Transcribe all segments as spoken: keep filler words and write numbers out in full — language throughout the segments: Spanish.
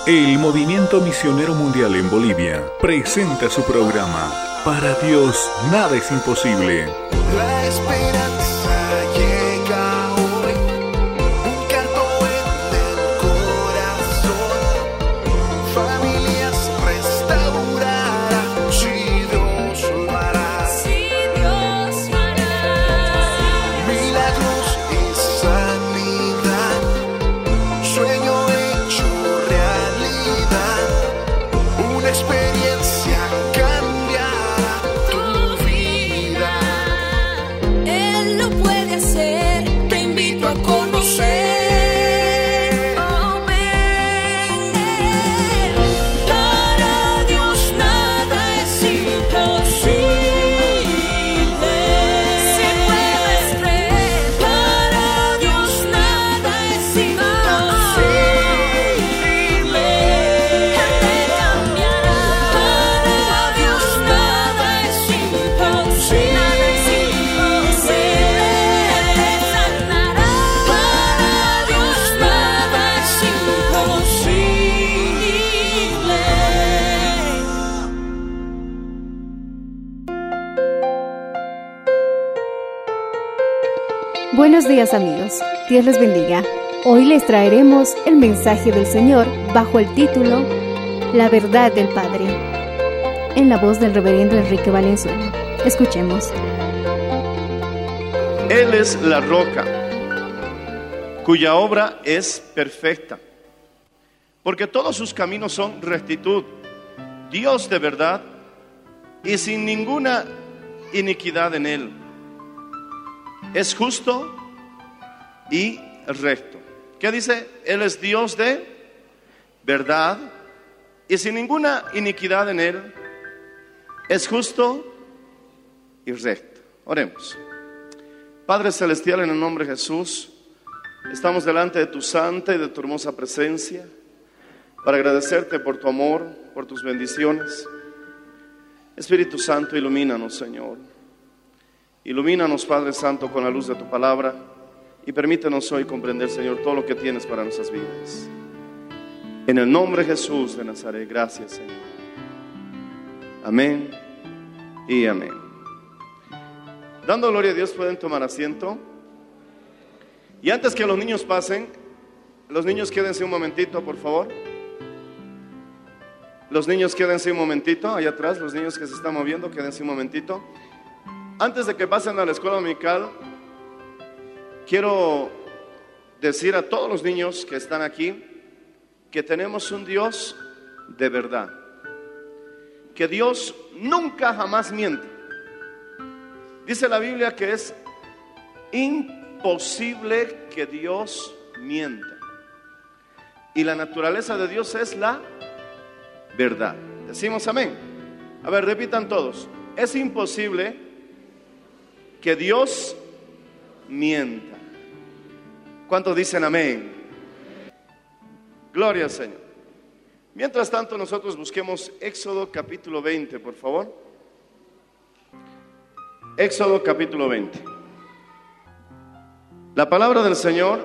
El Movimiento Misionero Mundial en Bolivia presenta su programa Para Dios nada es imposible. La esperanza llega hoy, un canto en el corazón, familias restaurará, si Dios lo hará, si Dios lo hará, milagros y sanidad, sueño hecho realidad, una experiencia cambiará tu vida. Él lo puede hacer, te invito a conocer. Amén. Para Dios nada es imposible. Si puedes creer, para Dios nada es imposible. Él te cambiará. Para Dios nada es imposible. Nada es imposible. Él te sanará. Para Dios nada es imposible. Buenos días amigos, Dios les bendiga. Hoy les traeremos el mensaje del Señor bajo el título La verdad del Padre, en la voz del reverendo Enrique Valenzuela. Escuchemos. Él es la roca, cuya obra es perfecta, porque todos sus caminos son rectitud, Dios de verdad y sin ninguna iniquidad en él. Es justo y recto. ¿Qué dice? Él es Dios de verdad y sin ninguna iniquidad en él. Es justo y recto. Oremos. Padre Celestial, en el nombre de Jesús, estamos delante de tu santa y de tu hermosa presencia para agradecerte por tu amor, por tus bendiciones. Espíritu Santo, ilumínanos, Señor. Ilumínanos, Padre Santo, con la luz de tu palabra y permítenos hoy comprender, Señor, todo lo que tienes para nuestras vidas. En el nombre de Jesús de Nazaret, gracias, Señor. Amén y amén. Dando gloria a Dios, pueden tomar asiento. Y antes que los niños pasen, los niños quédense un momentito, por favor. Los niños quédense un momentito, allá atrás, los niños que se están moviendo, quédense un momentito. Antes de que pasen a la escuela dominical, quiero decir a todos los niños que están aquí que tenemos un Dios de verdad, que Dios nunca jamás miente. Dice la Biblia que es imposible que Dios mienta, y la naturaleza de Dios es la verdad. Decimos amén. A ver, repitan todos. Es imposible que Dios mienta. ¿Cuántos dicen amén? Gloria al Señor. Mientras tanto, nosotros busquemos Éxodo capítulo veinte, por favor. Éxodo capítulo veinte. La palabra del Señor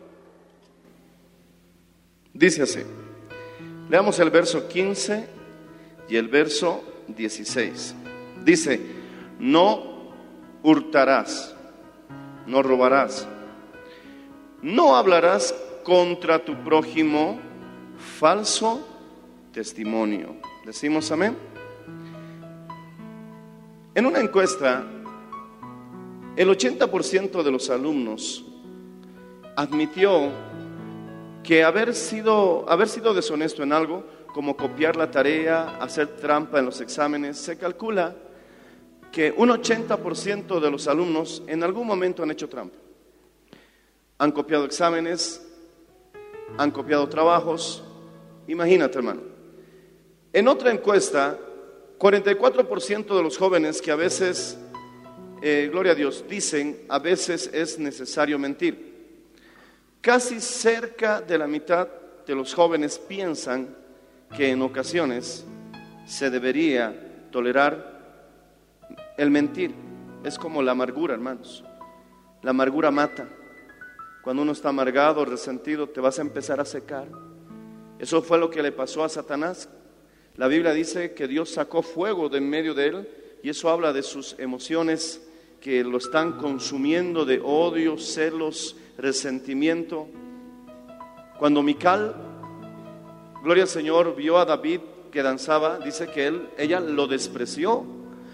dice así. Leamos el verso quince y el verso dieciséis. Dice: no hurtarás, no robarás, no hablarás contra tu prójimo falso testimonio. ¿Decimos amén? En una encuesta, el ochenta por ciento de los alumnos admitió que haber sido, haber sido deshonesto en algo, como copiar la tarea, hacer trampa en los exámenes, se calcula que un ochenta por ciento de los alumnos en algún momento han hecho trampa. Han copiado exámenes, han copiado trabajos. Imagínate, hermano. En otra encuesta, cuarenta y cuatro por ciento de los jóvenes que a veces, eh, gloria a Dios, dicen a veces es necesario mentir. Casi cerca de la mitad de los jóvenes piensan que en ocasiones se debería tolerar el mentir. Es como la amargura, hermanos. La amargura mata. Cuando uno está amargado, resentido, te vas a empezar a secar. Eso fue lo que le pasó a Satanás. La Biblia dice que Dios sacó fuego de en medio de él, y eso habla de sus emociones que lo están consumiendo, de odio, celos, resentimiento. Cuando Mical, gloria al Señor, vio a David que danzaba, dice que él, ella lo despreció.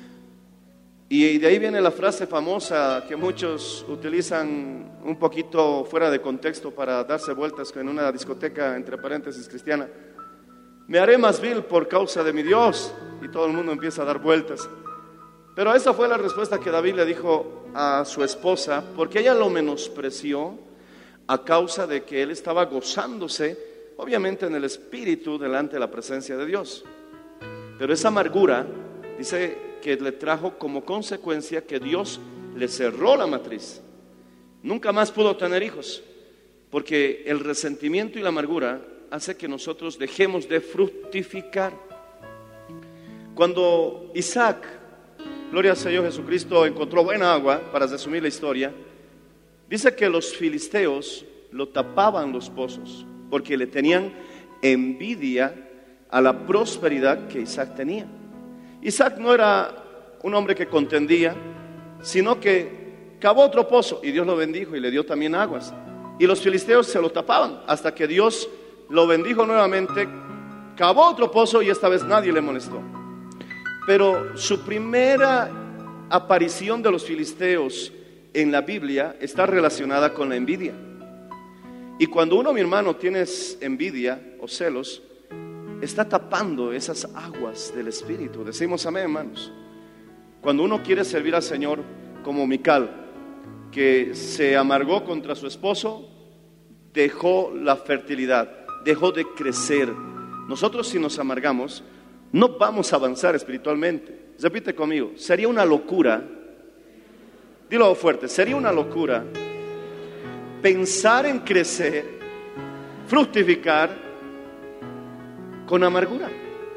Y de ahí viene la frase famosa que muchos utilizan un poquito fuera de contexto para darse vueltas en una discoteca, entre paréntesis, cristiana: me haré más vil por causa de mi Dios. Y todo el mundo empieza a dar vueltas. Pero esa fue la respuesta que David le dijo a su esposa, porque ella lo menospreció a causa de que él estaba gozándose, obviamente en el espíritu, delante de la presencia de Dios. Pero esa amargura, dice que le trajo como consecuencia que Dios le cerró la matriz. Nunca más pudo tener hijos, porque el resentimiento y la amargura hace que nosotros dejemos de fructificar. Cuando Isaac, gloria al Señor Jesucristo, encontró buena agua, para resumir la historia, dice que los filisteos lo tapaban los pozos, porque le tenían envidia a la prosperidad que Isaac tenía. Isaac no era un hombre que contendía, sino que cavó otro pozo y Dios lo bendijo y le dio también aguas. Y los filisteos se lo tapaban hasta que Dios lo bendijo nuevamente, cavó otro pozo y esta vez nadie le molestó. Pero su primera aparición de los filisteos en la Biblia está relacionada con la envidia. Y cuando uno, mi hermano, tienes envidia o celos, está tapando esas aguas del Espíritu. Decimos amén, hermanos. Cuando uno quiere servir al Señor, como Mical, que se amargó contra su esposo, dejó la fertilidad, dejó de crecer. Nosotros, si nos amargamos, no vamos a avanzar espiritualmente. Repite conmigo: sería una locura, dilo fuerte, sería una locura pensar en crecer, fructificar con amargura.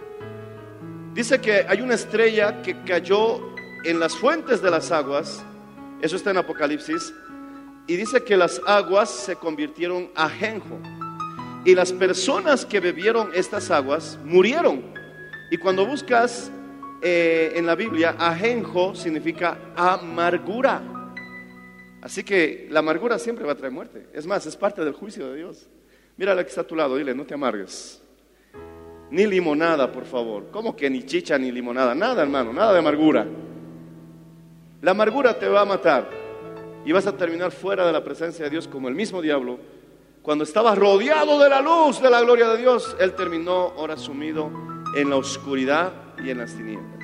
Dice que hay una estrella que cayó en las fuentes de las aguas, eso está en Apocalipsis, y dice que las aguas se convirtieron a ajenjo, y las personas que bebieron estas aguas murieron. Y cuando buscas eh, en la Biblia, ajenjo significa amargura. Así que la amargura siempre va a traer muerte. Es más, es parte del juicio de Dios. Mira la que está a tu lado, dile: no te amargues. Ni limonada, por favor. ¿Cómo que ni chicha ni limonada? Nada, hermano, nada de amargura. La amargura te va a matar y vas a terminar fuera de la presencia de Dios como el mismo diablo. Cuando estaba rodeado de la luz de la gloria de Dios, él terminó ahora sumido en la oscuridad y en las tinieblas.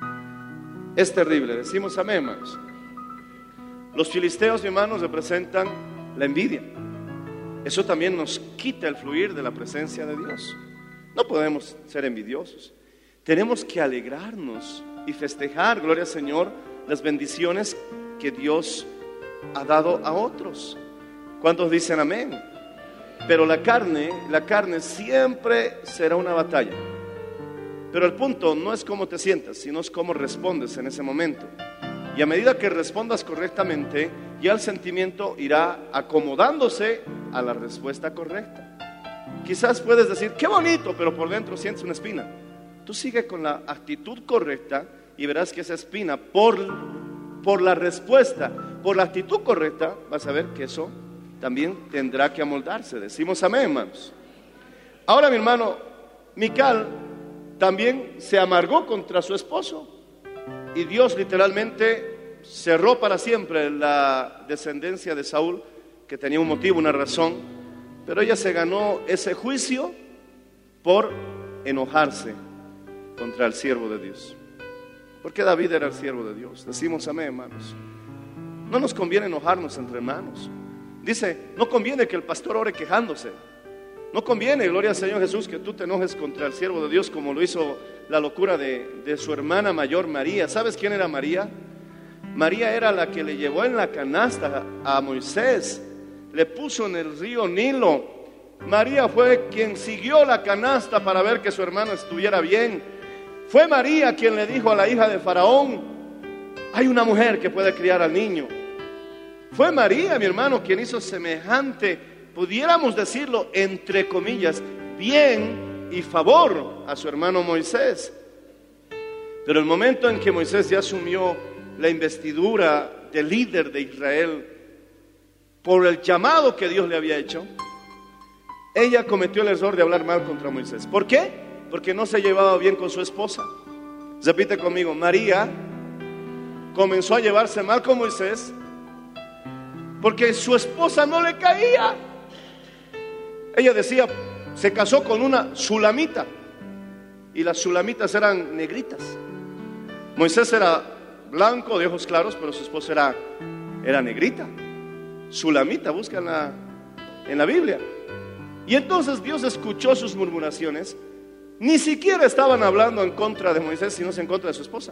Es terrible, decimos amén, hermanos. Los filisteos, hermanos, representan la envidia. Eso también nos quita el fluir de la presencia de Dios. No podemos ser envidiosos. Tenemos que alegrarnos y festejar, gloria al Señor, las bendiciones que Dios ha dado a otros. ¿Cuántos dicen amén? Pero la carne, la carne siempre será una batalla. Pero el punto no es cómo te sientas, sino es cómo respondes en ese momento. Y a medida que respondas correctamente, ya el sentimiento irá acomodándose a la respuesta correcta. Quizás puedes decir: qué bonito, pero por dentro sientes una espina. Tú sigue con la actitud correcta y verás que esa espina, por, por la respuesta, por la actitud correcta, vas a ver que eso también tendrá que amoldarse. Decimos amén, hermanos. Ahora, mi hermano, Mical también se amargó contra su esposo. Y Dios literalmente cerró para siempre la descendencia de Saúl, que tenía un motivo, una razón. Pero ella se ganó ese juicio por enojarse contra el siervo de Dios. Porque David era el siervo de Dios. Decimos amén, hermanos. No nos conviene enojarnos entre hermanos. Dice, no conviene que el pastor ore quejándose. No conviene, gloria al Señor Jesús, que tú te enojes contra el siervo de Dios como lo hizo la locura de, de su hermana mayor María. ¿Sabes quién era María? María era la que le llevó en la canasta a Moisés, le puso en el río Nilo. María fue quien siguió la canasta para ver que su hermano estuviera bien. Fue María quien le dijo a la hija de Faraón: hay una mujer que puede criar al niño. Fue María, mi hermano, quien hizo semejante, pudiéramos decirlo entre comillas, bien y favor a su hermano Moisés. Pero el momento en que Moisés ya asumió la investidura de líder de Israel por el llamado que Dios le había hecho, ella cometió el error de hablar mal contra Moisés. ¿Por qué? Porque no se llevaba bien con su esposa. Repite conmigo, María comenzó a llevarse mal con Moisés porque su esposa no le caía. Ella decía, se casó con una sulamita, y las sulamitas eran negritas. Moisés era blanco, de ojos claros, pero su esposa era, era negrita. Sulamita, busca en la, en la Biblia. Y entonces Dios escuchó sus murmuraciones. Ni siquiera estaban hablando en contra de Moisés, sino en contra de su esposa.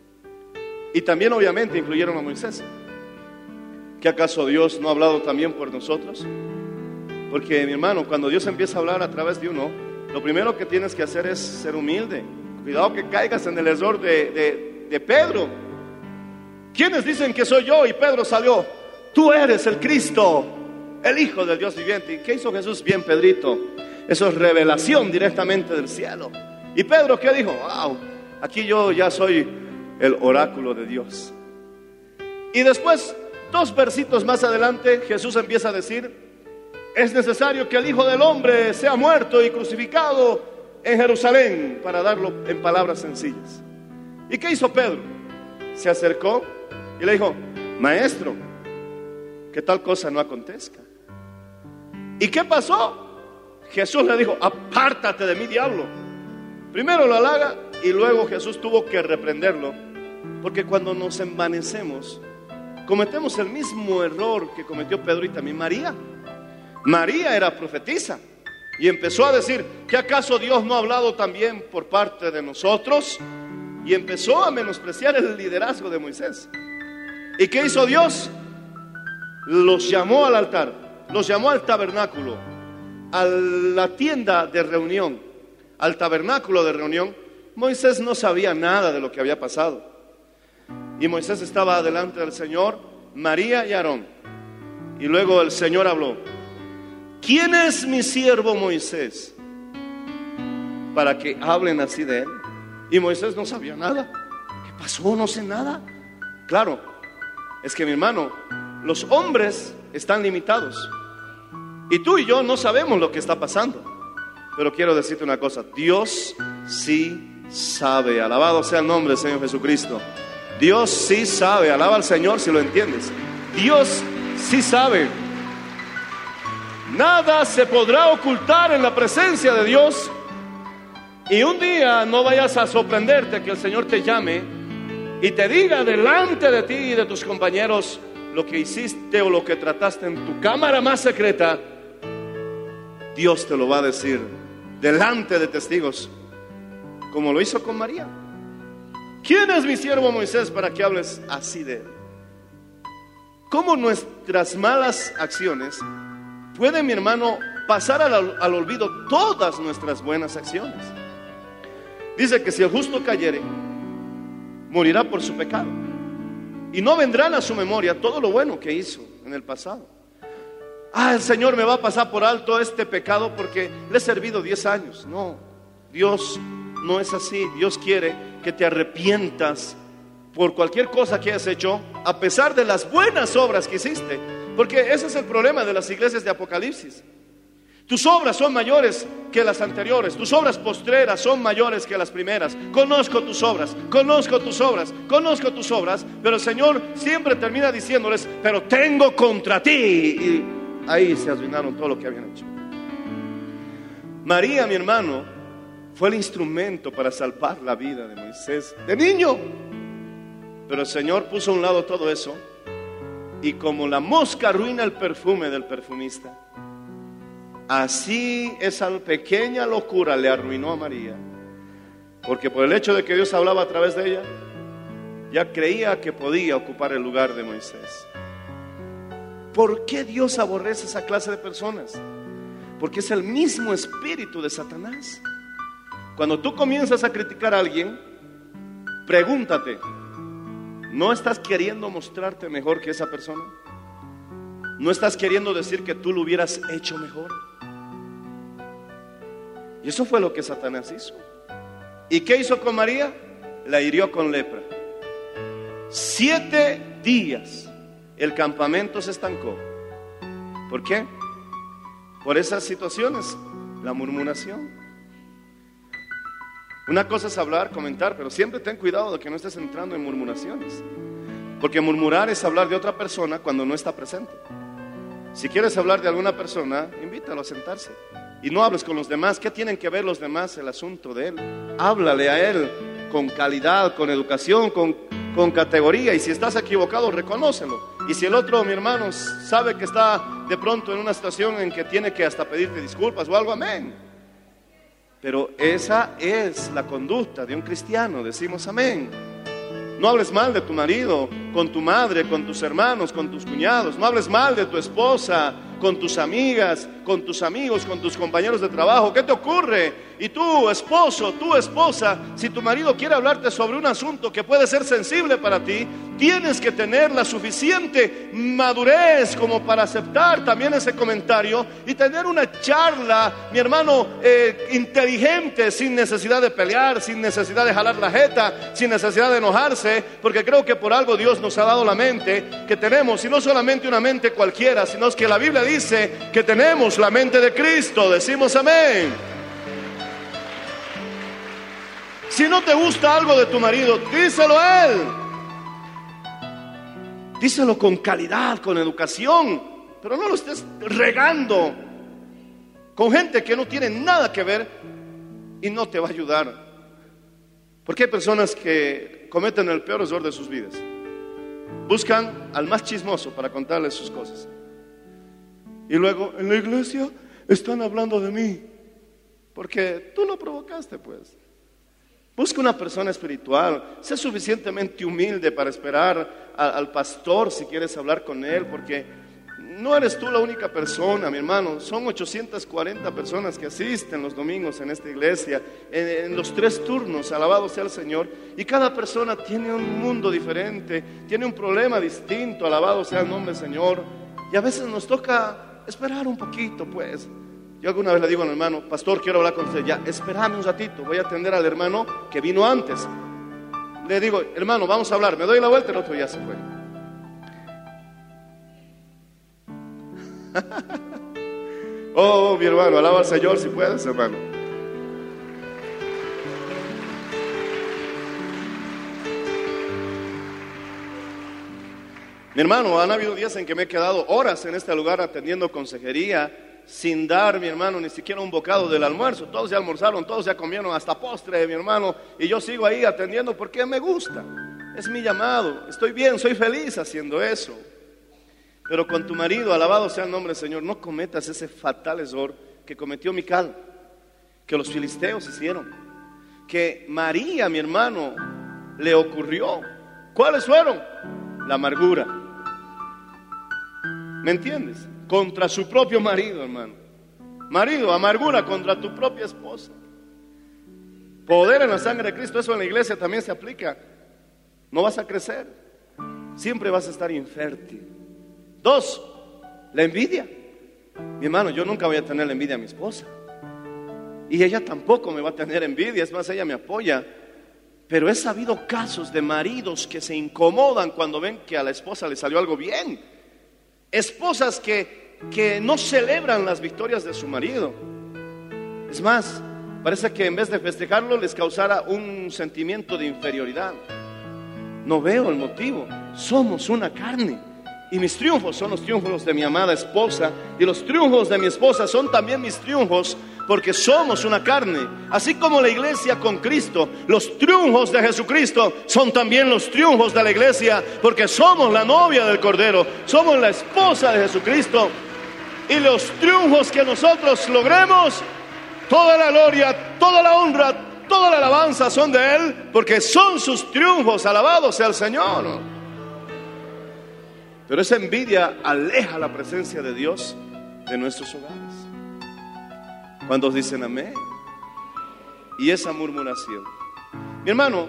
Y también obviamente incluyeron a Moisés. ¿Qué acaso Dios no ha hablado también por nosotros? Porque, mi hermano, cuando Dios empieza a hablar a través de uno, lo primero que tienes que hacer es ser humilde. Cuidado que caigas en el error de, de, de Pedro. ¿Quiénes dicen que soy yo? Y Pedro salió, tú eres el Cristo, el Hijo del Dios viviente. ¿Y qué hizo Jesús? Bien, Pedrito, eso es revelación directamente del cielo. ¿Y Pedro qué dijo? Wow, aquí yo ya soy el oráculo de Dios. Y después, dos versitos más adelante, Jesús empieza a decir, es necesario que el Hijo del Hombre sea muerto y crucificado en Jerusalén, para darlo en palabras sencillas. ¿Y qué hizo Pedro? Se acercó y le dijo, maestro, que tal cosa no acontezca. ¿Y qué pasó? Jesús le dijo, apártate de mí, diablo. Primero lo halaga y luego Jesús tuvo que reprenderlo, porque cuando nos envanecemos cometemos el mismo error que cometió Pedro y también María. María era profetisa y empezó a decir, ¿qué acaso Dios no ha hablado también por parte de nosotros? Y empezó a menospreciar el liderazgo de Moisés. ¿Y qué hizo Dios? Los llamó al altar, los llamó al tabernáculo, a la tienda de reunión, al tabernáculo de reunión. Moisés no sabía nada de lo que había pasado. Y Moisés estaba delante del Señor, María y Aarón. Y luego el Señor habló, ¿quién es mi siervo Moisés para que hablen así de él? Y Moisés no sabía nada. ¿Qué pasó? No sé nada. Claro, es que, mi hermano, los hombres están limitados y tú y yo no sabemos lo que está pasando. Pero quiero decirte una cosa, Dios sí sabe. Alabado sea el nombre del Señor Jesucristo. Dios sí sabe. Alaba al Señor si lo entiendes. Dios sí sabe. Nada se podrá ocultar en la presencia de Dios. Y un día no vayas a sorprenderte que el Señor te llame y te diga delante de ti y de tus compañeros lo que hiciste o lo que trataste en tu cámara más secreta. Dios te lo va a decir delante de testigos, como lo hizo con María. ¿Quién es mi siervo Moisés para que hables así de él? ¿Cómo nuestras malas acciones pueden, mi hermano, pasar al, al olvido todas nuestras buenas acciones? Dice que si el justo cayere, morirá por su pecado, y no vendrán a su memoria todo lo bueno que hizo en el pasado. Ah, el Señor me va a pasar por alto este pecado porque le he servido diez años. No, Dios no es así. Dios quiere que te arrepientas por cualquier cosa que hayas hecho, a pesar de las buenas obras que hiciste. Porque ese es el problema de las iglesias de Apocalipsis. Tus obras son mayores que las anteriores, tus obras postreras son mayores que las primeras. Conozco tus obras, conozco tus obras, conozco tus obras, pero el Señor siempre termina diciéndoles, pero tengo contra ti. Y ahí se arruinaron todo lo que habían hecho. María, mi hermano, fue el instrumento para salvar la vida de Moisés de niño. Pero el Señor puso a un lado todo eso, y como la mosca arruina el perfume del perfumista, así esa pequeña locura le arruinó a María. Porque por el hecho de que Dios hablaba a través de ella, ya creía que podía ocupar el lugar de Moisés. ¿Por qué Dios aborrece esa clase de personas? Porque es el mismo espíritu de Satanás. Cuando tú comienzas a criticar a alguien, pregúntate, ¿no estás queriendo mostrarte mejor que esa persona? ¿No estás queriendo decir que tú lo hubieras hecho mejor? Y eso fue lo que Satanás hizo. ¿Y qué hizo con María? La hirió con lepra. Siete días el campamento se estancó. ¿Por qué? Por esas situaciones, la murmuración. Una cosa es hablar, comentar, pero siempre ten cuidado de que no estés entrando en murmuraciones. Porque murmurar es hablar de otra persona cuando no está presente. Si quieres hablar de alguna persona, invítalo a sentarse. Y no hables con los demás. ¿Qué tienen que ver los demás el asunto de él? Háblale a él con calidad, con educación, con, con categoría. Y si estás equivocado, reconócelo. Y si el otro, mi hermano, sabe que está de pronto en una situación en que tiene que hasta pedirte disculpas o algo, amén. Pero esa es la conducta de un cristiano, decimos amén. No hables mal de tu marido, con tu madre, con tus hermanos, con tus cuñados. No hables mal de tu esposa, con tus amigas, con tus amigos, con tus compañeros de trabajo. ¿Qué te ocurre? Y tú, esposo, tú, esposa, si tu marido quiere hablarte sobre un asunto que puede ser sensible para ti, tienes que tener la suficiente madurez como para aceptar también ese comentario y tener una charla, mi hermano, eh, inteligente, sin necesidad de pelear, sin necesidad de jalar la jeta, sin necesidad de enojarse, porque creo que por algo Dios nos ha dado la mente que tenemos, y no solamente una mente cualquiera, sino que la Biblia dice que tenemos la mente de Cristo. Decimos amén. Si no te gusta algo de tu marido, díselo a él. Díselo con calidad, con educación, pero no lo estés regando con gente que no tiene nada que ver y no te va a ayudar. Porque hay personas que cometen el peor error de sus vidas. Buscan al más chismoso para contarles sus cosas. Y luego, en la iglesia están hablando de mí, porque tú lo provocaste, pues. Busca una persona espiritual, sé suficientemente humilde para esperar a, al pastor si quieres hablar con él, porque no eres tú la única persona, mi hermano. Son ochocientas cuarenta personas que asisten los domingos en esta iglesia, en, en los tres turnos, alabado sea el Señor, y cada persona tiene un mundo diferente, tiene un problema distinto, alabado sea el nombre del Señor, y a veces nos toca esperar un poquito, pues. Yo alguna vez le digo al hermano, pastor, quiero hablar con usted. Ya, espérame un ratito, voy a atender al hermano que vino antes. Le digo, hermano, vamos a hablar. Me doy la vuelta y el otro ya se fue. Oh, mi hermano, alaba al Señor si puedes, hermano. Mi hermano, han habido días en que me he quedado horas en este lugar atendiendo consejería sin dar, mi hermano, ni siquiera un bocado del almuerzo. Todos ya almorzaron, todos ya comieron hasta postre, mi hermano, y yo sigo ahí atendiendo porque me gusta. Es mi llamado, estoy bien, soy feliz haciendo eso. Pero con tu marido, alabado sea el nombre del Señor, no cometas ese fatal error que cometió Mical, que los filisteos hicieron, que María, mi hermano, le ocurrió. ¿Cuáles fueron? La amargura. ¿Me entiendes? Contra su propio marido, hermano. Marido, amargura contra tu propia esposa. Poder en la sangre de Cristo, eso en la iglesia también se aplica. No vas a crecer, siempre vas a estar infértil. Dos, la envidia. Mi hermano, yo nunca voy a tener la envidia a mi esposa, y ella tampoco me va a tener envidia. Es más, ella me apoya. Pero he sabido casos de maridos que se incomodan cuando ven que a la esposa le salió algo bien. Esposas que, que no celebran las victorias de su marido. Es más, parece que en vez de festejarlo les causara un sentimiento de inferioridad. No veo el motivo. Somos una carne, y mis triunfos son los triunfos de mi amada esposa, y los triunfos de mi esposa son también mis triunfos, porque somos una carne. Así como la iglesia con Cristo, los triunfos de Jesucristo son también los triunfos de la iglesia, porque somos la novia del Cordero, somos la esposa de Jesucristo. Y los triunfos que nosotros logremos, toda la gloria, toda la honra, toda la alabanza son de Él, porque son sus triunfos. Alabado sea el Señor. Pero esa envidia aleja la presencia de Dios de nuestros hogares. ¿Cuántos dicen amén? Y esa murmuración. Mi hermano,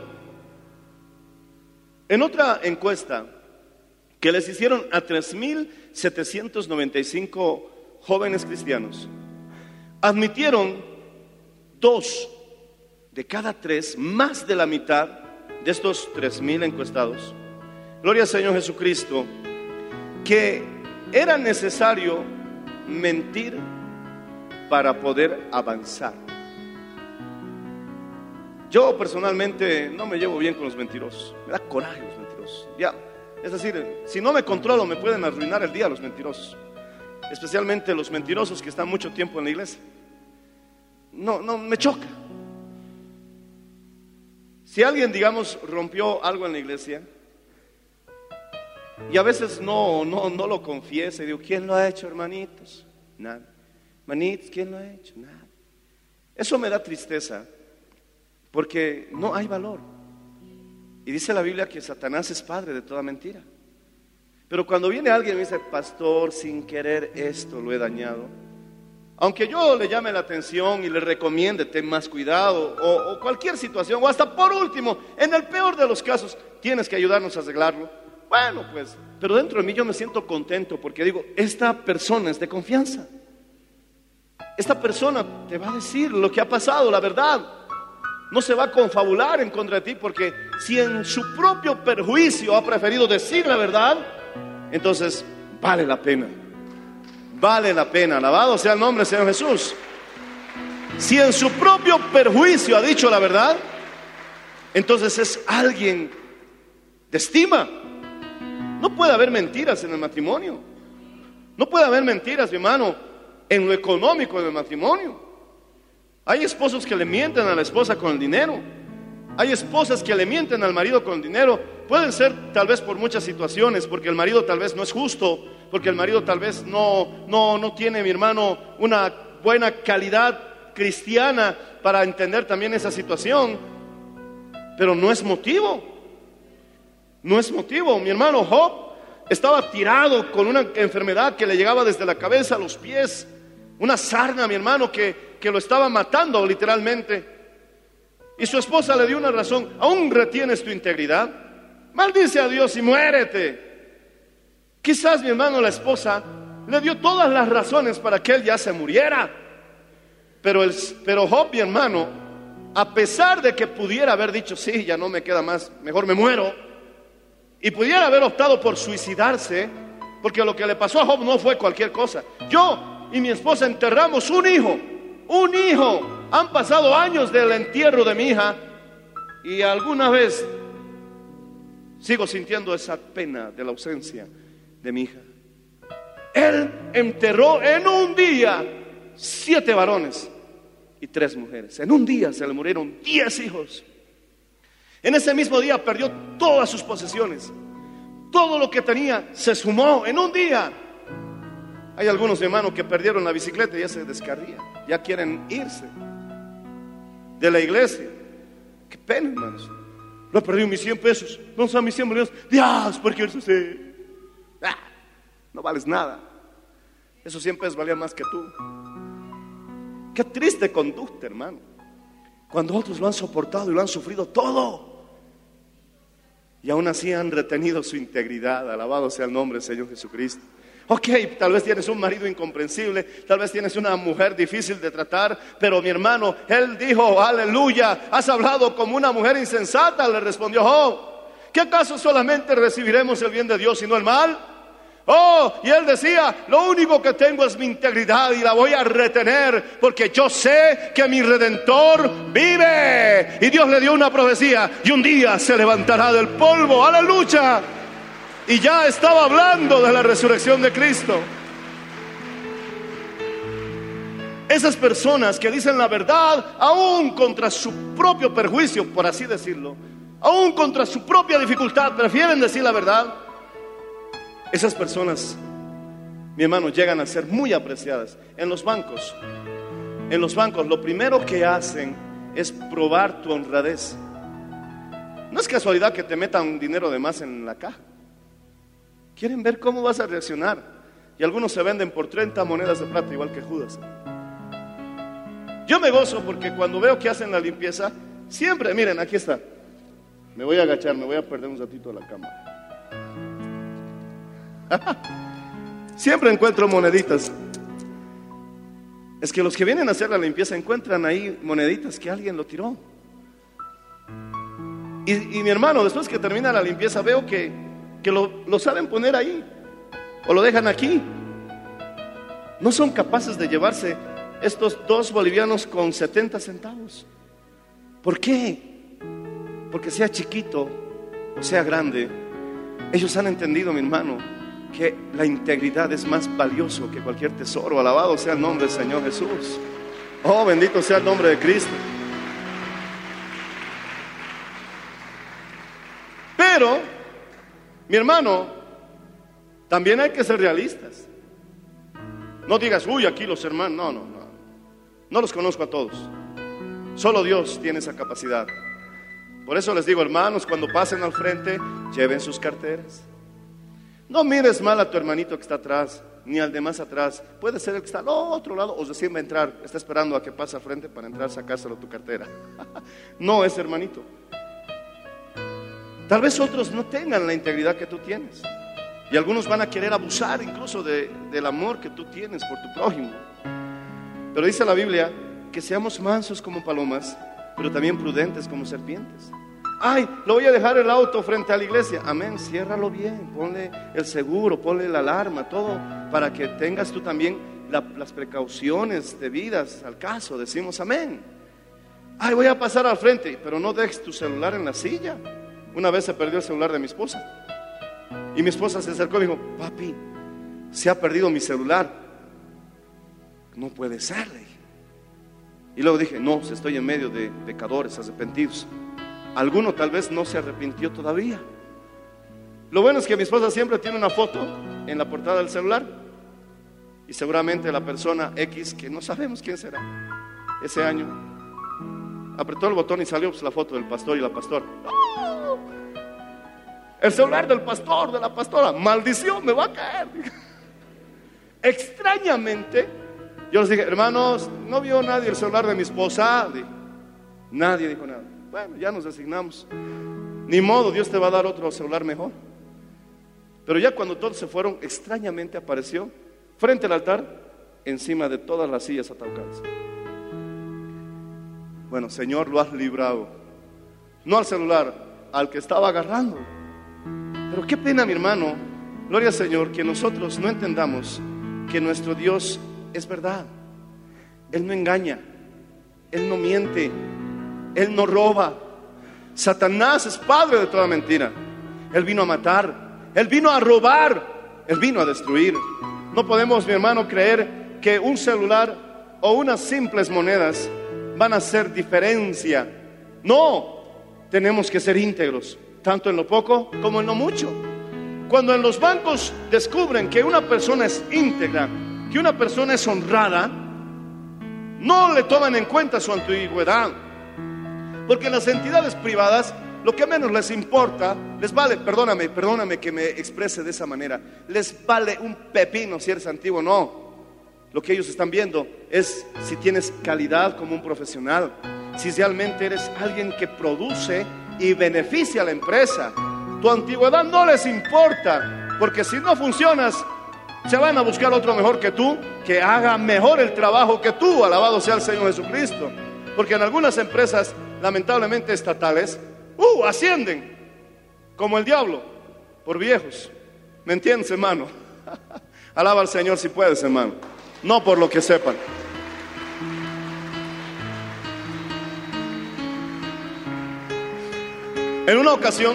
en otra encuesta que les hicieron a tres mil setecientos noventa y cinco jóvenes cristianos, admitieron dos de cada tres, más de la mitad de estos tres mil encuestados, gloria al Señor Jesucristo, que era necesario mentir para poder avanzar. Yo personalmente no me llevo bien con los mentirosos, me da coraje los mentirosos. Ya, es decir, si no me controlo me pueden arruinar el día los mentirosos, especialmente los mentirosos que están mucho tiempo en la iglesia. No, no, me choca. Si alguien, digamos, rompió algo en la iglesia y a veces no, no, no lo confiesa y digo, ¿quién lo ha hecho, hermanitos? Nada. Hermanitos, ¿quién lo ha hecho? Nada. Eso me da tristeza porque no hay valor. Y dice la Biblia que Satanás es padre de toda mentira. Pero cuando viene alguien y me dice, pastor, sin querer esto lo he dañado, aunque yo le llame la atención y le recomiende ten más cuidado o, o cualquier situación, o hasta por último, en el peor de los casos, tienes que ayudarnos a arreglarlo. Bueno, pues, pero dentro de mí yo me siento contento porque digo, esta persona es de confianza. Esta persona te va a decir lo que ha pasado, la verdad. No se va a confabular en contra de ti, porque si en su propio perjuicio ha preferido decir la verdad, entonces vale la pena. Vale la pena, alabado sea el nombre del Señor Jesús. Si en su propio perjuicio ha dicho la verdad, entonces es alguien de estima. No puede haber mentiras en el matrimonio. No puede haber mentiras, mi hermano, en lo económico en el matrimonio. Hay esposos que le mienten a la esposa con el dinero. Hay esposas que le mienten al marido con el dinero. Pueden ser tal vez por muchas situaciones, porque el marido tal vez no es justo, porque el marido tal vez no, no, no tiene, mi hermano, una buena calidad cristiana para entender también esa situación. Pero no es motivo. No es motivo. Mi hermano Job estaba tirado con una enfermedad que le llegaba desde la cabeza a los pies. Una sarna, mi hermano, que, que lo estaba matando literalmente. Y su esposa le dio una razón. ¿Aún retienes tu integridad? Maldice a Dios y muérete. Quizás, mi hermano, la esposa le dio todas las razones para que él ya se muriera. Pero, el, pero Job, mi hermano, a pesar de que pudiera haber dicho, sí, ya no me queda más, mejor me muero, y pudiera haber optado por suicidarse, porque lo que le pasó a Job no fue cualquier cosa. Yo y mi esposa enterramos un hijo, un hijo. Han pasado años del entierro de mi hija y alguna vez sigo sintiendo esa pena de la ausencia de mi hija. Él enterró en un día siete varones y tres mujeres. En un día se le murieron diez hijos. En ese mismo día perdió todas sus posesiones. Todo lo que tenía se sumó en un día. Hay algunos hermanos que perdieron la bicicleta y ya se descarrían, ya quieren irse de la iglesia. Qué pena, hermanos. Lo he perdido mis cien pesos. No son mis cien pesos. Dios, ¿por qué eso se? Ah, no vales nada. Esos cien pesos valían más que tú. Qué triste conducta, hermano. Cuando otros lo han soportado y lo han sufrido todo, y aún así han retenido su integridad. Alabado sea el nombre del Señor Jesucristo. Ok, tal vez tienes un marido incomprensible, tal vez tienes una mujer difícil de tratar, pero mi hermano, él dijo, aleluya, has hablado como una mujer insensata, le respondió Job. ¿Qué acaso solamente recibiremos el bien de Dios y no el mal? Oh, y él decía, lo único que tengo es mi integridad y la voy a retener porque yo sé que mi Redentor vive. Y Dios le dio una profecía y un día se levantará del polvo, aleluya. Y ya estaba hablando de la resurrección de Cristo. Esas personas que dicen la verdad aún contra su propio perjuicio, por así decirlo, aún contra su propia dificultad, prefieren decir la verdad. Esas personas, mi hermano, llegan a ser muy apreciadas. En los bancos, en los bancos lo primero que hacen es probar tu honradez. No es casualidad que te metan dinero de más en la caja. Quieren ver cómo vas a reaccionar. Y algunos se venden por treinta monedas de plata, igual que Judas. Yo me gozo porque cuando veo que hacen la limpieza, siempre, miren, aquí está. Me voy a agachar, me voy a perder un ratito de la cámara. Siempre encuentro moneditas. Es que los que vienen a hacer la limpieza encuentran ahí moneditas que alguien lo tiró. Y, y mi hermano, después que termina la limpieza, veo que, que lo, lo saben poner ahí, o lo dejan aquí. No son capaces de llevarse estos dos bolivianos con setenta centavos. ¿Por qué? Porque sea chiquito o sea grande, ellos han entendido, mi hermano, que la integridad es más valioso que cualquier tesoro. Alabado sea el nombre del Señor Jesús. Oh, bendito sea el nombre de Cristo. Pero, mi hermano, también hay que ser realistas. No digas, uy, aquí los hermanos. No, no, no. No los conozco a todos. Solo Dios tiene esa capacidad. Por eso les digo, hermanos, cuando pasen al frente, lleven sus carteras. No mires mal a tu hermanito que está atrás, ni al de más atrás. Puede ser el que está al otro lado, o recién va a entrar, está esperando a que pase al frente para entrar, sacárselo tu cartera. No es hermanito. Tal vez otros no tengan la integridad que tú tienes, y algunos van a querer abusar incluso de, del amor que tú tienes por tu prójimo. Pero dice la Biblia que seamos mansos como palomas, pero también prudentes como serpientes. Ay, lo voy a dejar el auto frente a la iglesia. Amén, ciérralo bien, ponle el seguro, ponle la alarma, todo, para que tengas tú también la, las precauciones debidas al caso. Decimos amén. Ay, voy a pasar al frente, pero no dejes tu celular en la silla. Una vez se perdió el celular de mi esposa, y mi esposa se acercó y dijo, papi, se ha perdido mi celular. No puede ser, le dije. Y luego dije, no, estoy en medio de pecadores arrepentidos. Alguno tal vez no se arrepintió todavía. Lo bueno es que mi esposa siempre tiene una foto en la portada del celular, y seguramente la persona X, que no sabemos quién será, ese año apretó el botón y salió pues, la foto del pastor y la pastora. ¡Oh! El celular del pastor, de la pastora. Maldición, me va a caer. Extrañamente yo les dije, hermanos, ¿no vio nadie el celular de mi esposa? Dije, nadie dijo nada. Bueno, ya nos designamos. Ni modo, Dios te va a dar otro celular mejor. Pero ya cuando todos se fueron, extrañamente apareció frente al altar, encima de todas las sillas atacadas. Bueno, Señor, lo has librado. No al celular, al que estaba agarrando. Pero qué pena, mi hermano, gloria al Señor, que nosotros no entendamos que nuestro Dios es verdad. Él no engaña, Él no miente, Él no roba. Satanás es padre de toda mentira. Él vino a matar, Él vino a robar, Él vino a destruir. No podemos, mi hermano, creer que un celular o unas simples monedas van a hacer diferencia. No, tenemos que ser íntegros, tanto en lo poco como en lo mucho. Cuando en los bancos descubren que una persona es íntegra, que una persona es honrada, no le toman en cuenta su antigüedad, porque en las entidades privadas lo que menos les importa, les vale, perdóname, perdóname que me exprese de esa manera, les vale un pepino si eres antiguo o no. Lo que ellos están viendo es si tienes calidad como un profesional, si realmente eres alguien que produce y beneficia a la empresa. Tu antigüedad no les importa, porque si no funcionas, se van a buscar otro mejor que tú, que haga mejor el trabajo que tú. Alabado sea el Señor Jesucristo. Porque en algunas empresas, lamentablemente estatales, uh, ascienden como el diablo por viejos. ¿Me entiendes, hermano? Alaba al Señor si puedes, hermano. No por lo que sepan. En una ocasión,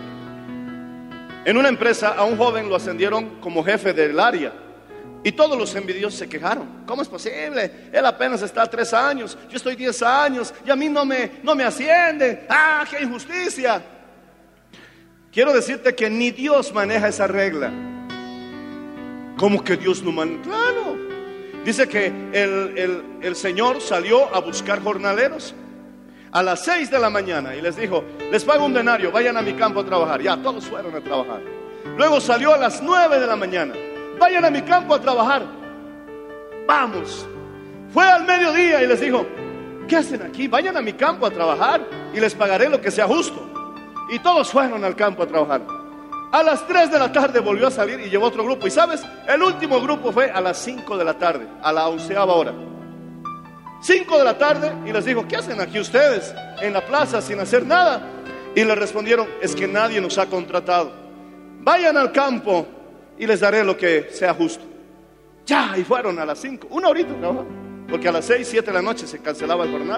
en una empresa, a un joven lo ascendieron como jefe del área, y todos los envidiosos se quejaron. ¿Cómo es posible? Él apenas está tres años, yo estoy diez años y a mí no me, no me ascienden. ¡Ah, qué injusticia! Quiero decirte que ni Dios maneja esa regla. ¿Cómo que Dios no maneja? Claro. Dice que el, el, el Señor salió a buscar jornaleros a las seis de la mañana y les dijo, les pago un denario, vayan a mi campo a trabajar. Ya, todos fueron a trabajar. Luego salió a las nueve de la mañana, vayan a mi campo a trabajar. Vamos. Fue al mediodía y les dijo, ¿qué hacen aquí? Vayan a mi campo a trabajar y les pagaré lo que sea justo. Y todos fueron al campo a trabajar. A las tres de la tarde volvió a salir y llevó otro grupo. Y sabes, el último grupo fue a las cinco de la tarde, a la onceava hora. Cinco de la tarde, y les dijo: ¿qué hacen aquí ustedes en la plaza sin hacer nada? Y le respondieron: es que nadie nos ha contratado. Vayan al campo y les daré lo que sea justo. Ya, y fueron a las cinco, una horita trabajaban, porque a las seis, siete de la noche se cancelaba el jornal.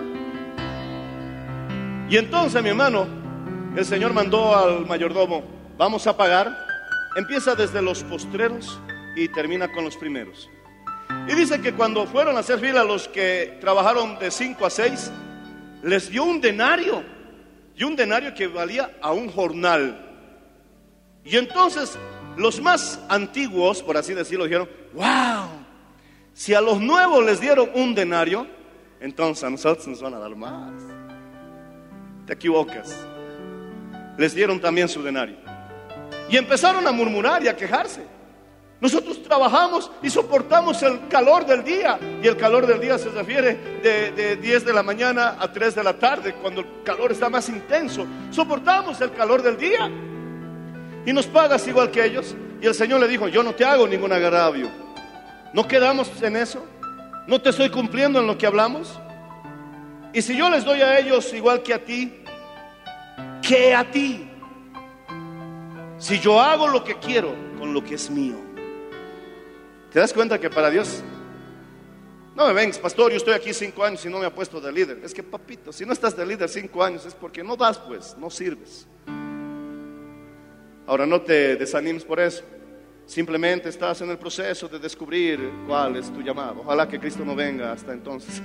Y entonces, mi hermano, el Señor mandó al mayordomo: vamos a pagar. Empieza desde los postreros y termina con los primeros. Y dice que cuando fueron a hacer fila los que trabajaron de cinco a seis, les dio un denario, y un denario que valía a un jornal. Y entonces los más antiguos, por así decirlo, dijeron: wow, si a los nuevos les dieron un denario, entonces a nosotros nos van a dar más. Te equivocas. Les dieron también su denario. Y empezaron a murmurar y a quejarse. Nosotros trabajamos y soportamos el calor del día. Y el calor del día se refiere de, de diez de la mañana a tres de la tarde, cuando el calor está más intenso. Soportamos el calor del día. Y nos pagas igual que ellos. Y el Señor le dijo: yo no te hago ningún agravio. ¿No quedamos en eso? ¿No te estoy cumpliendo en lo que hablamos? Y si yo les doy a ellos igual que a ti, ¿qué a ti? Si yo hago lo que quiero con lo que es mío. ¿Te das cuenta que para Dios? No me vengas, pastor, yo estoy aquí cinco años y no me ha puesto de líder. Es que, papito, si no estás de líder cinco años es porque no das, pues, no sirves. Ahora, no te desanimes por eso. Simplemente estás en el proceso de descubrir cuál es tu llamado. Ojalá que Cristo no venga hasta entonces.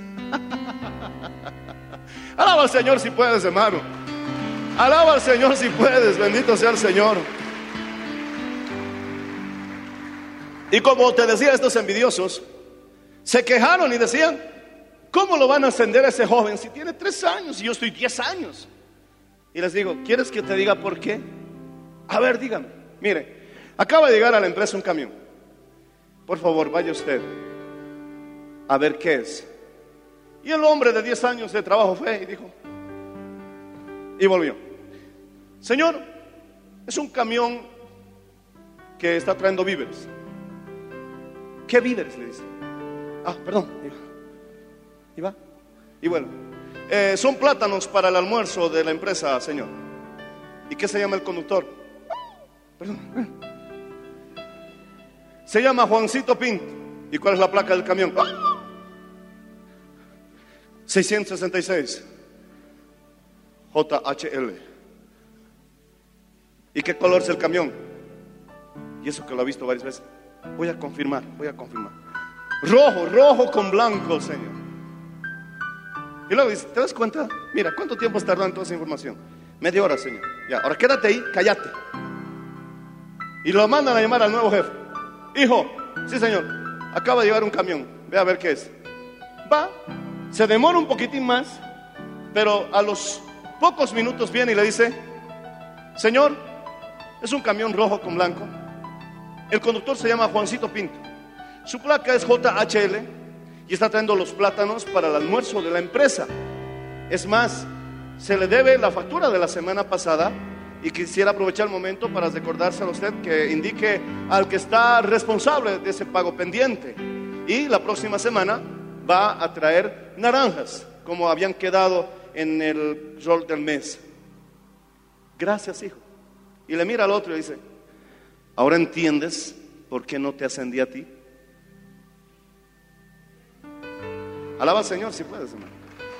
Alaba al Señor si puedes, hermano. Alaba al Señor si puedes. Bendito sea el Señor. Y como te decía, estos envidiosos se quejaron y decían: ¿cómo lo van a ascender a ese joven si tiene tres años y yo estoy diez años? Y les digo: ¿quieres que te diga por qué? A ver, dígame. Mire, acaba de llegar a la empresa un camión. Por favor, vaya usted a ver qué es. Y el hombre de diez años de trabajo fue y dijo, y volvió: señor, es un camión que está trayendo víveres. ¿Qué víveres? Le dice. Ah, perdón. Y va. Y bueno, eh, son plátanos para el almuerzo de la empresa, señor. ¿Y qué se llama el conductor? Perdón. Se llama Juancito Pinto. ¿Y cuál es la placa del camión? seiscientos sesenta y seis J H L. ¿Y qué color es el camión? Y eso que lo ha visto varias veces. Voy a confirmar, voy a confirmar. Rojo, rojo con blanco, señor. Y luego dice: ¿te das cuenta? Mira, ¿cuánto tiempo has tardado en toda esa información? Media hora, señor. Ya, ahora quédate ahí, cállate. Y lo mandan a llamar al nuevo jefe. Hijo, sí, señor, acaba de llegar un camión, ve a ver qué es. Va, se demora un poquitín más, pero a los pocos minutos viene y le dice: señor, es un camión rojo con blanco. El conductor se llama Juancito Pinto. Su placa es J H L y está trayendo los plátanos para el almuerzo de la empresa. Es más, se le debe la factura de la semana pasada y quisiera aprovechar el momento para recordárselo a usted que indique al que está responsable de ese pago pendiente. Y la próxima semana va a traer naranjas, como habían quedado en el rol del mes. Gracias, hijo. Y le mira al otro y dice: ¿ahora entiendes por qué no te ascendí a ti? Alaba al Señor si puedes, hermano.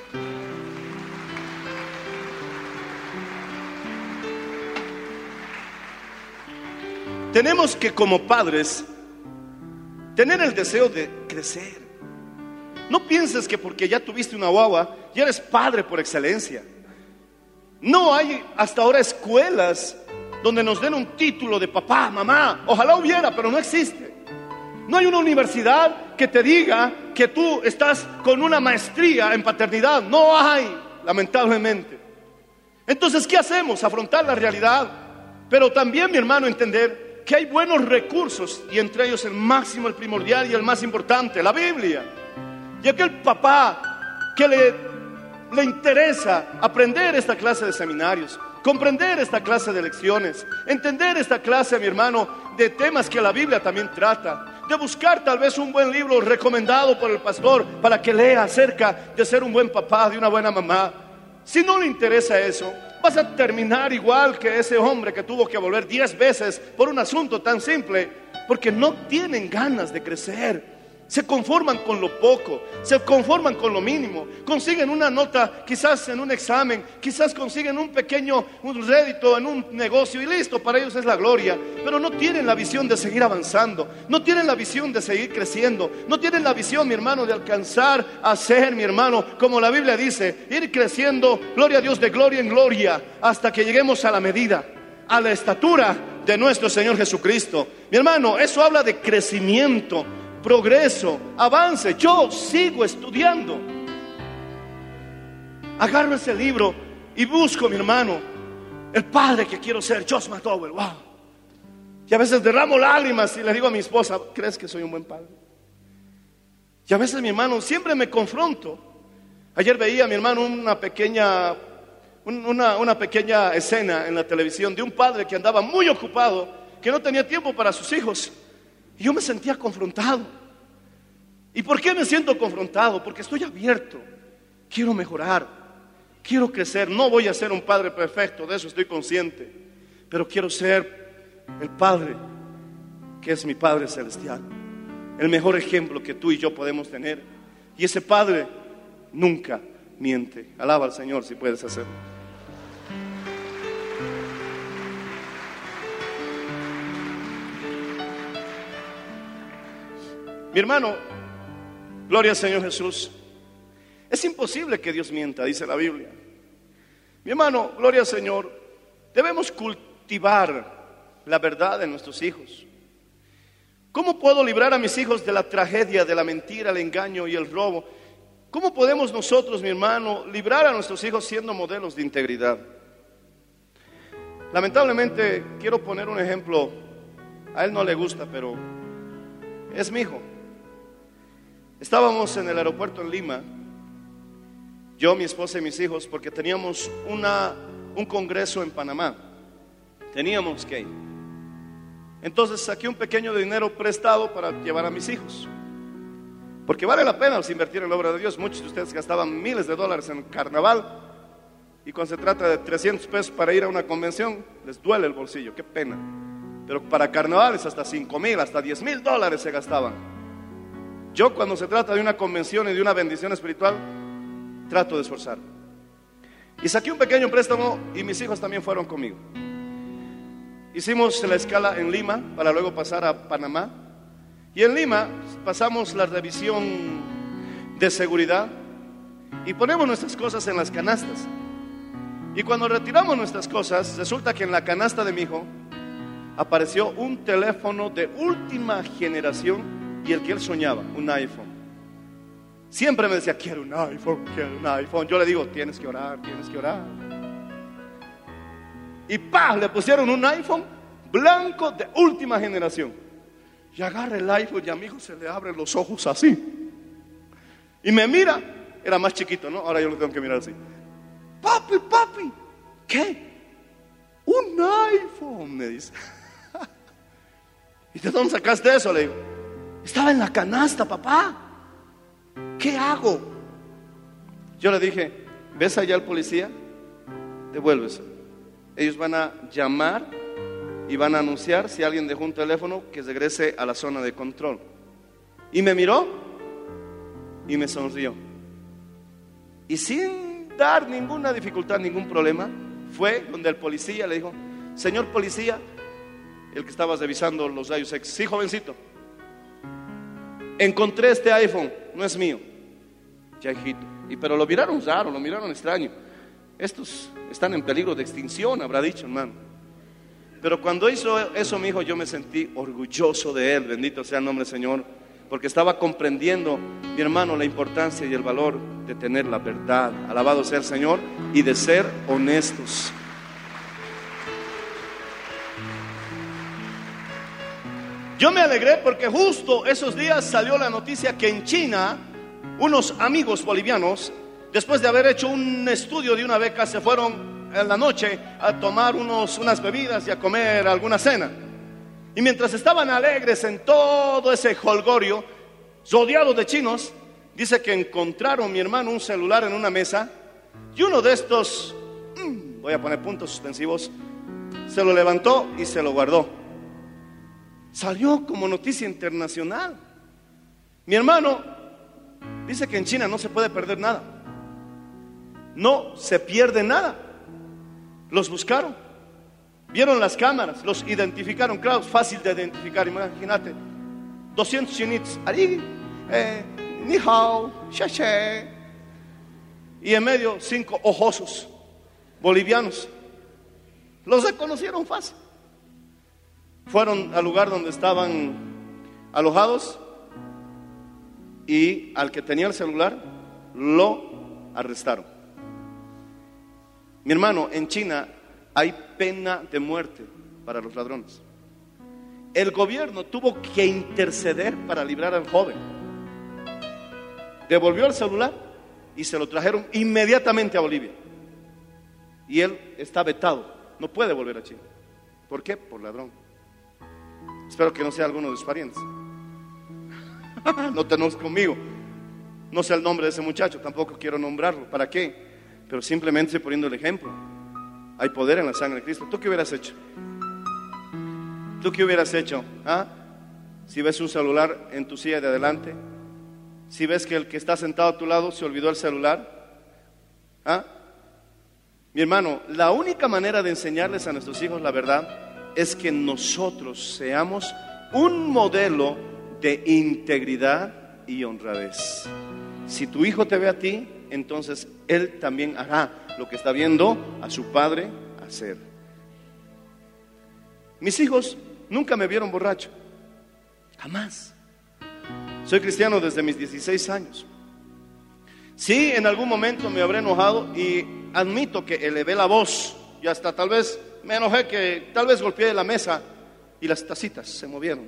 Tenemos que, como padres, tener el deseo de crecer. No pienses que porque ya tuviste una guagua ya eres padre por excelencia. No hay hasta ahora escuelas donde nos den un título de papá, mamá. Ojalá hubiera, pero no existe. No hay una universidad que te diga que tú estás con una maestría en paternidad. No hay, lamentablemente. Entonces, ¿qué hacemos? Afrontar la realidad. Pero también, mi hermano, entender que hay buenos recursos, y entre ellos el máximo, el primordial y el más importante, la Biblia. Y aquel papá que le, le interesa aprender esta clase de seminarios, comprender esta clase de lecciones, entender esta clase, mi hermano, de temas que la Biblia también trata, de buscar tal vez un buen libro recomendado por el pastor para que lea acerca de ser un buen papá, de una buena mamá. Si no le interesa eso, vas a terminar igual que ese hombre que tuvo que volver diez veces por un asunto tan simple, porque no tienen ganas de crecer. Se conforman con lo poco, se conforman con lo mínimo, consiguen una nota quizás en un examen, quizás consiguen un pequeño un rédito en un negocio y listo, para ellos es la gloria. Pero no tienen la visión de seguir avanzando, no tienen la visión de seguir creciendo, no tienen la visión, mi hermano, de alcanzar a ser, mi hermano, como la Biblia dice, ir creciendo, gloria a Dios, de gloria en gloria, hasta que lleguemos a la medida, a la estatura de nuestro Señor Jesucristo. Mi hermano, eso habla de crecimiento, progreso, avance. Yo sigo estudiando. Agarro ese libro y busco, mi hermano, el padre que quiero ser, Josh McDowell. Wow. Y a veces derramo lágrimas y le digo a mi esposa, ¿crees que soy un buen padre? Y a veces, mi hermano, siempre me confronto. Ayer veía, mi hermano, una pequeña una, una pequeña escena en la televisión de un padre que andaba muy ocupado, que no tenía tiempo para sus hijos. Y yo me sentía confrontado. ¿Y por qué me siento confrontado? Porque estoy abierto. Quiero mejorar, quiero crecer. No voy a ser un padre perfecto, de eso estoy consciente, pero quiero ser el padre que es mi Padre Celestial, el mejor ejemplo que tú y yo podemos tener. Y ese padre nunca miente. Alaba al Señor si puedes hacerlo. Mi hermano, gloria al Señor Jesús. Es imposible que Dios mienta, dice la Biblia. Mi hermano, gloria al Señor. Debemos cultivar la verdad en nuestros hijos. ¿Cómo puedo librar a mis hijos de la tragedia, de la mentira, el engaño y el robo? ¿Cómo podemos nosotros, mi hermano, librar a nuestros hijos siendo modelos de integridad? Lamentablemente, quiero poner un ejemplo. A él no le gusta, pero es mi hijo. Estábamos en el aeropuerto en Lima, yo, mi esposa y mis hijos, porque teníamos una, un congreso en Panamá. Teníamos que ir. Entonces saqué un pequeño dinero prestado para llevar a mis hijos, porque vale la pena invertir en la obra de Dios. Muchos de ustedes gastaban miles de dólares en carnaval, y cuando se trata de trescientos pesos para ir a una convención, les duele el bolsillo, qué pena. Pero para carnavales hasta cinco mil, hasta diez mil dólares se gastaban. Yo, cuando se trata de una convención y de una bendición espiritual, trato de esforzarme. Y saqué un pequeño préstamo y mis hijos también fueron conmigo. Hicimos la escala en Lima para luego pasar a Panamá. Y en Lima pasamos la revisión de seguridad y ponemos nuestras cosas en las canastas. Y cuando retiramos nuestras cosas, resulta que en la canasta de mi hijo apareció un teléfono de última generación y el que él soñaba, un iPhone. Siempre me decía, quiero un iPhone, quiero un iPhone. Yo le digo, tienes que orar, tienes que orar. Y ¡pah! Le pusieron un iPhone blanco de última generación. Y agarra el iPhone y a mi hijo se le abren los ojos así. Y me mira, era más chiquito, ¿no? Ahora yo lo tengo que mirar así. Papi, papi, ¿qué? Un iPhone, me dice. ¿Y de dónde sacaste eso? Le digo, estaba en la canasta, papá. ¿Qué hago? Yo le dije, ¿ves allá al policía? Devuélvese. Ellos van a llamar y van a anunciar si alguien dejó un teléfono que regrese a la zona de control. Y me miró y me sonrió. Y sin dar ninguna dificultad, ningún problema, fue donde el policía le dijo, señor policía, el que estaba revisando los rayos X, sí, jovencito, encontré este iPhone, no es mío. Ya, hijito. Y pero lo miraron raro, lo miraron extraño. Estos están en peligro de extinción, habrá dicho, hermano. Pero cuando hizo eso mi hijo, yo me sentí orgulloso de él, bendito sea el nombre del Señor, porque estaba comprendiendo, mi hermano, la importancia y el valor de tener la verdad, alabado sea el Señor, y de ser honestos. Yo me alegré porque justo esos días salió la noticia que en China unos amigos bolivianos, después de haber hecho un estudio de una beca, se fueron en la noche a tomar unos, unas bebidas y a comer alguna cena. Y mientras estaban alegres en todo ese jolgorio, rodeados de chinos, dice que encontraron, mi hermano, un celular en una mesa, y uno de estos, mmm, voy a poner puntos suspensivos, se lo levantó y se lo guardó. Salió como noticia internacional. Mi hermano dice que en China no se puede perder nada. No se pierde nada. Los buscaron, vieron las cámaras, los identificaron. Claro, fácil de identificar. Imagínate, doscientos chinitos, ari, eh, ni hao, xaché, y en medio cinco ojosos bolivianos. Los reconocieron fácil. Fueron al lugar donde estaban alojados y al que tenía el celular lo arrestaron. Mi hermano, en China hay pena de muerte para los ladrones. El gobierno tuvo que interceder para librar al joven. Devolvió el celular y se lo trajeron inmediatamente a Bolivia. Y él está vetado, no puede volver a China. ¿Por qué? Por ladrón. Espero que no sea alguno de sus parientes. No tenemos conmigo. No sé el nombre de ese muchacho, tampoco quiero nombrarlo. ¿Para qué? Pero simplemente estoy poniendo el ejemplo. Hay poder en la sangre de Cristo. ¿Tú qué hubieras hecho? ¿Tú qué hubieras hecho? ¿Ah? Si ves un celular en tu silla de adelante, si ves que el que está sentado a tu lado se olvidó el celular, ¿ah? Mi hermano, la única manera de enseñarles a nuestros hijos la verdad es que nosotros seamos un modelo de integridad y honradez. Si tu hijo te ve a ti, entonces él también hará lo que está viendo a su padre hacer. Mis hijos nunca me vieron borracho, jamás. Soy cristiano desde mis dieciséis años. Sí, en algún momento me habré enojado y admito que elevé la voz y hasta tal vez me enojé, que tal vez golpeé la mesa y las tacitas se movieron.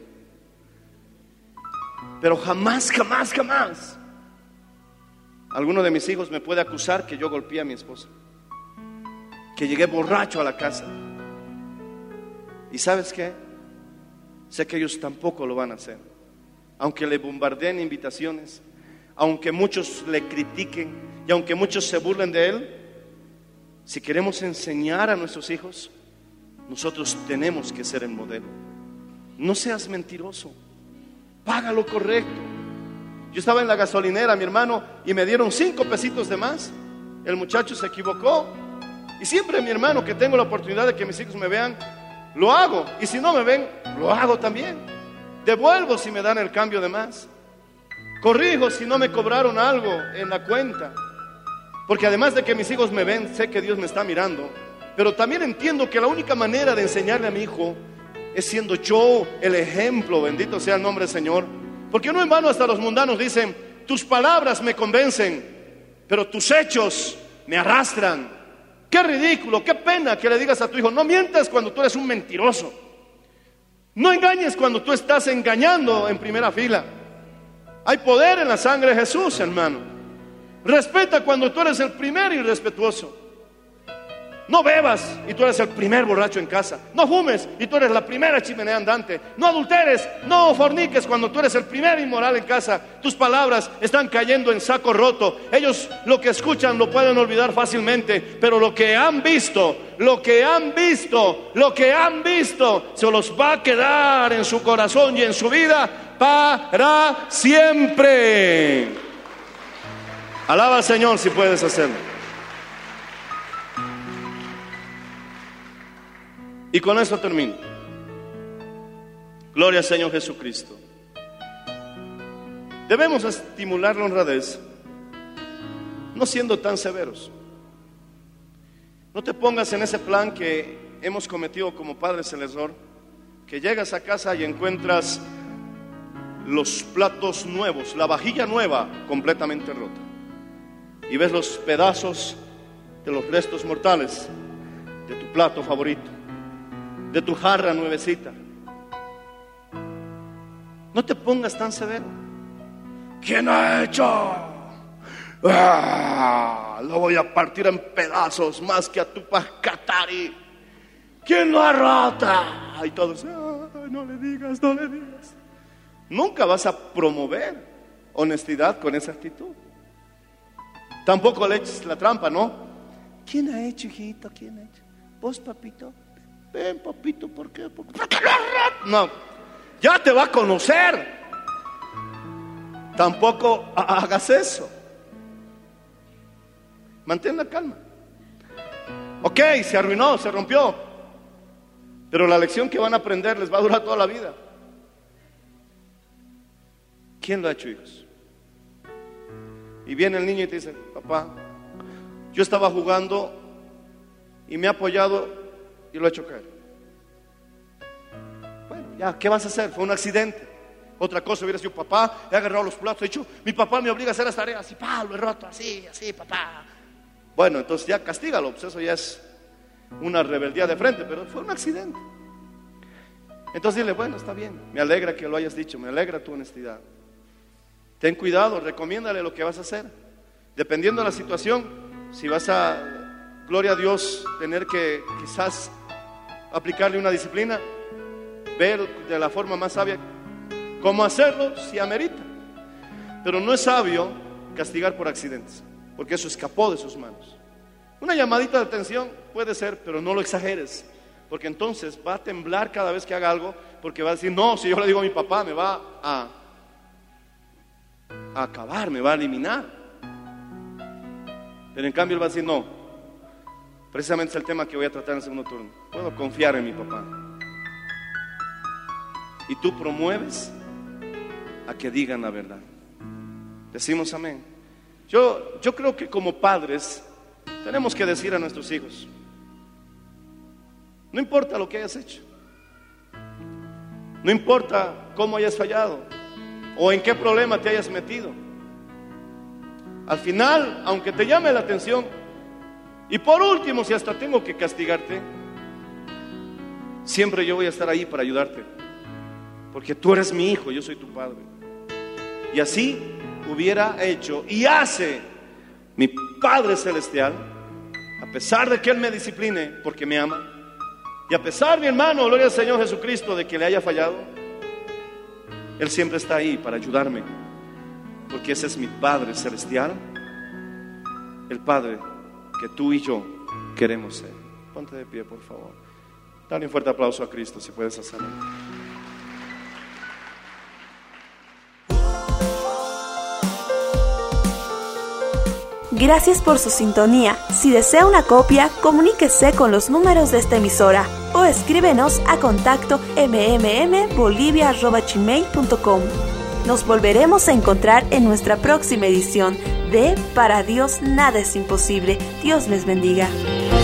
Pero jamás, jamás, jamás alguno de mis hijos me puede acusar que yo golpeé a mi esposa, que llegué borracho a la casa. ¿Y sabes qué? Sé que ellos tampoco lo van a hacer. Aunque le bombardeen invitaciones, aunque muchos le critiquen y aunque muchos se burlen de él, si queremos enseñar a nuestros hijos, nosotros tenemos que ser el modelo. No seas mentiroso, paga lo correcto. Yo estaba en la gasolinera, mi hermano, y me dieron cinco pesitos de más. El muchacho se equivocó. Y siempre, mi hermano, que tengo la oportunidad de que mis hijos me vean, lo hago. Y si no me ven, lo hago también. Devuelvo si me dan el cambio de más. Corrijo si no me cobraron algo en la cuenta. Porque además de que mis hijos me ven, sé que Dios me está mirando. Pero también entiendo que la única manera de enseñarle a mi hijo es siendo yo el ejemplo. Bendito sea el nombre del Señor. Porque no en vano hasta los mundanos dicen: tus palabras me convencen, pero tus hechos me arrastran. Qué ridículo, qué pena que le digas a tu hijo: no mientas cuando tú eres un mentiroso. No engañes cuando tú estás engañando en primera fila. Hay poder en la sangre de Jesús, hermano. Respeta cuando tú eres el primer irrespetuoso. No bebas y tú eres el primer borracho en casa. No fumes y tú eres la primera chimenea andante. No adulteres, no forniques cuando tú eres el primer inmoral en casa. Tus palabras están cayendo en saco roto. Ellos lo que escuchan lo pueden olvidar fácilmente, pero lo que han visto, lo que han visto, lo que han visto, se los va a quedar en su corazón y en su vida para siempre. Alaba al Señor si puedes hacerlo. Y con esto termino. Gloria al Señor Jesucristo. Debemos estimular la honradez, no siendo tan severos. No te pongas en ese plan que hemos cometido como padres el error, que llegas a casa y encuentras los platos nuevos, la vajilla nueva completamente rota, y ves los pedazos de los restos mortales de tu plato favorito, de tu jarra nuevecita. No te pongas tan severo. ¿Quién ha hecho? ¡Ah! Lo voy a partir en pedazos más que a tu pascatari. ¿Quién lo ha roto? Y todos, ah, no le digas, no le digas. Nunca vas a promover honestidad con esa actitud. Tampoco le eches la trampa, ¿no? ¿Quién ha hecho, hijito? ¿Quién ha hecho? ¿Vos, papito? Ven, papito, ¿por qué? ¿Por qué? No, ya te va a conocer. Tampoco hagas eso. Mantén la calma. Ok, se arruinó, se rompió, pero la lección que van a aprender les va a durar toda la vida. ¿Quién lo ha hecho, hijos? Y viene el niño y te dice: papá, yo estaba jugando y me ha apoyado y lo he hecho caer. Bueno, ya, ¿qué vas a hacer? Fue un accidente. Otra cosa hubiera sido: papá, he agarrado los platos, he dicho, mi papá me obliga a hacer las tareas, y pa, lo he roto, así, así, papá. Bueno, entonces ya castígalo, pues eso ya es una rebeldía de frente, pero fue un accidente. Entonces dile: bueno, está bien, me alegra que lo hayas dicho, me alegra tu honestidad. Ten cuidado, recomiéndale lo que vas a hacer. Dependiendo de la situación, si vas a, gloria a Dios, tener que quizás aplicarle una disciplina, ver de la forma más sabia cómo hacerlo, si amerita. Pero no es sabio castigar por accidentes, porque eso escapó de sus manos. Una llamadita de atención puede ser, pero no lo exageres, porque entonces va a temblar cada vez que haga algo, porque va a decir: no, si yo le digo a mi papá me va a, a acabar, me va a eliminar. Pero en cambio él va a decir: no, precisamente es el tema que voy a tratar en el segundo turno. Puedo confiar en mi papá. Y tú promueves a que digan la verdad. Decimos amén. Yo, yo creo que como padres tenemos que decir a nuestros hijos: no importa lo que hayas hecho, no importa cómo hayas fallado o en qué problema te hayas metido, al final, aunque te llame la atención, y por último, si hasta tengo que castigarte, siempre yo voy a estar ahí para ayudarte, porque tú eres mi hijo, yo soy tu padre. Y así hubiera hecho y hace mi Padre Celestial, a pesar de que Él me discipline porque me ama, y a pesar, mi hermano, gloria al Señor Jesucristo, de que le haya fallado, Él siempre está ahí para ayudarme, porque ese es mi Padre Celestial, el Padre que tú y yo queremos ser. Ponte de pie, por favor. Dale un fuerte aplauso a Cristo si puedes hacerlo. Gracias por su sintonía. Si desea una copia, comuníquese con los números de esta emisora o escríbenos a contacto eme eme eme bolivia arroba gmail punto com. Nos volveremos a encontrar en nuestra próxima edición de Para Dios Nada es Imposible. Dios les bendiga.